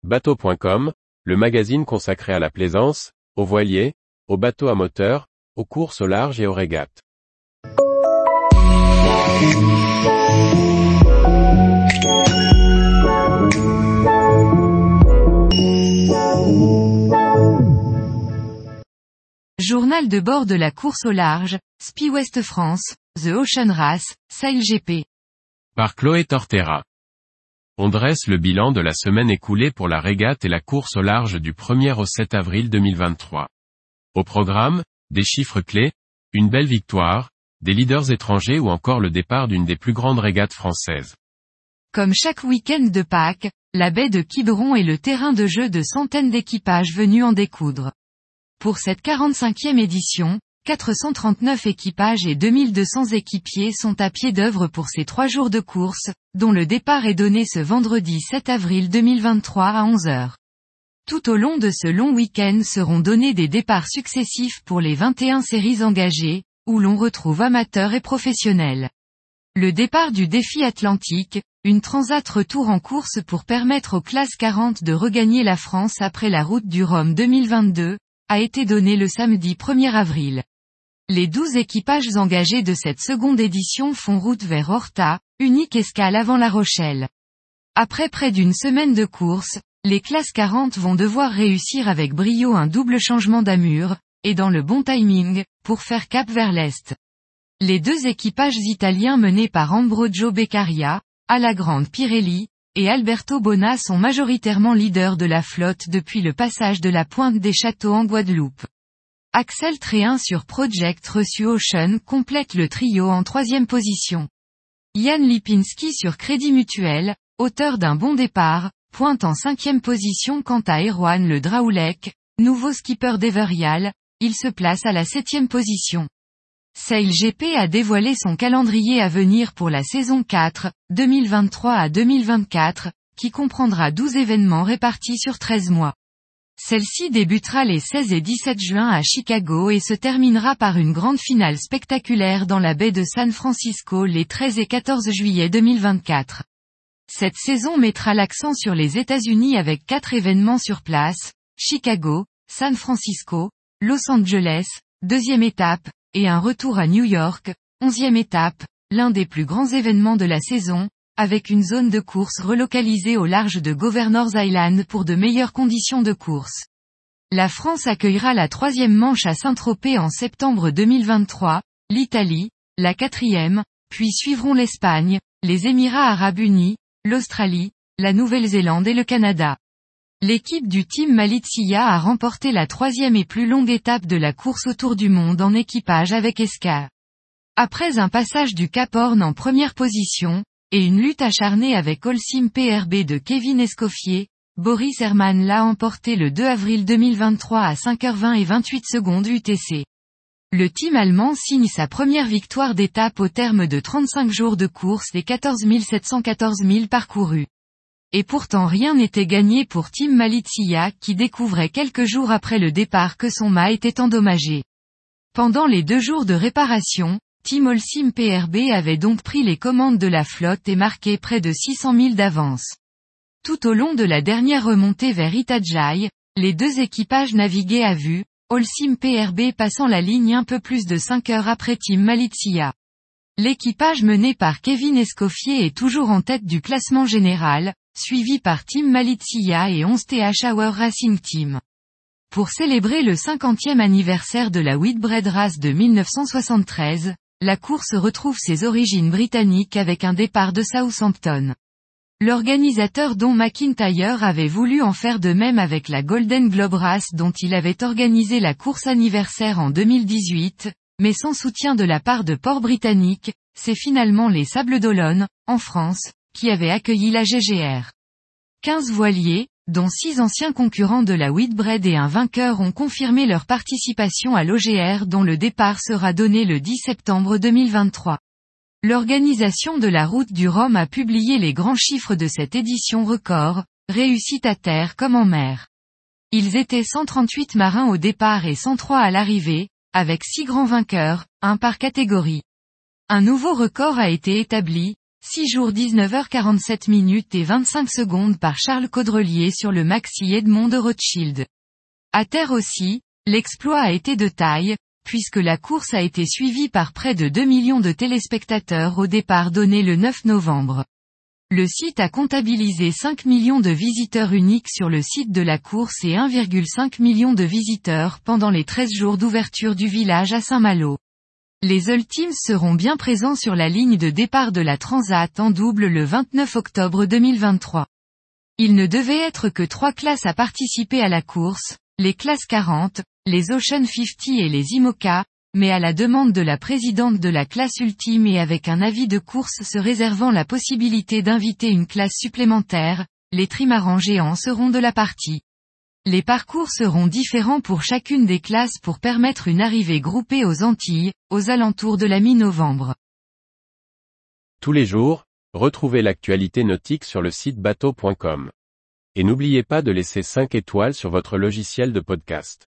Bateau.com, le magazine consacré à la plaisance, aux voiliers, aux bateaux à moteur, aux courses au large et aux régates. Journal de bord de la course au large, SPI West France, The Ocean Race, SailGP. Par Chloé Tortera. On dresse le bilan de la semaine écoulée pour la régate et la course au large du 1er au 7 avril 2023. Au programme, des chiffres clés, une belle victoire, des leaders étrangers ou encore le départ d'une des plus grandes régates françaises. Comme chaque week-end de Pâques, la baie de Quiberon est le terrain de jeu de centaines d'équipages venus en découdre. Pour cette 45e édition, 439 équipages et 2200 équipiers sont à pied d'œuvre pour ces 3 jours de course, dont le départ est donné ce vendredi 7 avril 2023 à 11h. Tout au long de ce long week-end seront donnés des départs successifs pour les 21 séries engagées, où l'on retrouve amateurs et professionnels. Le départ du défi atlantique, une transat retour en course pour permettre aux classes 40 de regagner la France après la route du Rhum 2022, a été donné le samedi 1er avril. Les 12 équipages engagés de cette seconde édition font route vers Horta, unique escale avant La Rochelle. Après près d'une semaine de course, les classes 40 vont devoir réussir avec brio un double changement d'amure, et dans le bon timing, pour faire cap vers l'est. Les 2 équipages italiens menés par Ambrogio Beccaria, Alagrande Pirelli, et Alberto Bona sont majoritairement leaders de la flotte depuis le passage de la Pointe des Châteaux en Guadeloupe. Axel Tréhin sur Project reçu Ocean complète le trio en 3e position. Jan Lipinski sur Crédit Mutuel, auteur d'un bon départ, pointe en 5e position quant à Erwan Le Draoulec, nouveau skipper d'Everial, il se place à la 7e position. SailGP a dévoilé son calendrier à venir pour la saison 4, 2023 à 2024, qui comprendra 12 événements répartis sur 13 mois. Celle-ci débutera les 16 et 17 juin à Chicago et se terminera par une grande finale spectaculaire dans la baie de San Francisco les 13 et 14 juillet 2024. Cette saison mettra l'accent sur les États-Unis avec 4 événements sur place, Chicago, San Francisco, Los Angeles, 2e étape, et un retour à New York, 11e étape, l'un des plus grands événements de la saison, avec une zone de course relocalisée au large de Governor's Island pour de meilleures conditions de course. La France accueillera la 3e manche à Saint-Tropez en septembre 2023, l'Italie, la 4e, puis suivront l'Espagne, les Émirats Arabes Unis, l'Australie, la Nouvelle-Zélande et le Canada. L'équipe du Team Malizia a remporté la 3e et plus longue étape de la course autour du monde en équipage avec Escar. Après un passage du Cap Horn en première position, et une lutte acharnée avec Holcim PRB de Kevin Escoffier, Boris Herrmann l'a emporté le 2 avril 2023 à 5h20 et 28 secondes UTC. Le team allemand signe sa première victoire d'étape au terme de 35 jours de course et 14 714 milles parcourus. Et pourtant rien n'était gagné pour Team Malizia qui découvrait quelques jours après le départ que son mât était endommagé. Pendant les 2 jours de réparation, Team Holcim PRB avait donc pris les commandes de la flotte et marqué près de 600 milles d'avance. Tout au long de la dernière remontée vers Itajaí, les 2 équipages naviguaient à vue, Holcim PRB passant la ligne un peu plus de 5 heures après Team Malizia. L'équipage mené par Kevin Escoffier est toujours en tête du classement général, suivi par Team Malizia et 11th Hour Racing Team. Pour célébrer le 50e anniversaire de la Whitbread Race de 1973, la course retrouve ses origines britanniques avec un départ de Southampton. L'organisateur Don McIntyre avait voulu en faire de même avec la Golden Globe Race dont il avait organisé la course anniversaire en 2018, mais sans soutien de la part de ports britanniques, c'est finalement les Sables d'Olonne, en France, qui avaient accueilli la GGR. 15 voiliers, dont 6 anciens concurrents de la Whitbread et un vainqueur ont confirmé leur participation à l'OGR dont le départ sera donné le 10 septembre 2023. L'organisation de la route du Rhum a publié les grands chiffres de cette édition record, réussite à terre comme en mer. Ils étaient 138 marins au départ et 103 à l'arrivée, avec 6 grands vainqueurs, un par catégorie. Un nouveau record a été établi, 6 jours 19h47 et 25 secondes par Charles Caudrelier sur le Maxi Edmond de Rothschild. À terre aussi, l'exploit a été de taille, puisque la course a été suivie par près de 2 millions de téléspectateurs au départ donné le 9 novembre. Le site a comptabilisé 5 millions de visiteurs uniques sur le site de la course et 1,5 million de visiteurs pendant les 13 jours d'ouverture du village à Saint-Malo. Les Ultimes seront bien présents sur la ligne de départ de la Transat en double le 29 octobre 2023. Il ne devait être que 3 classes à participer à la course, les classes 40, les Ocean 50 et les IMOCA, mais à la demande de la présidente de la classe ultime et avec un avis de course se réservant la possibilité d'inviter une classe supplémentaire, les trimarans géants seront de la partie. Les parcours seront différents pour chacune des classes pour permettre une arrivée groupée aux Antilles, aux alentours de la mi-novembre. Tous les jours, retrouvez l'actualité nautique sur le site bateau.com. Et n'oubliez pas de laisser 5 étoiles sur votre logiciel de podcast.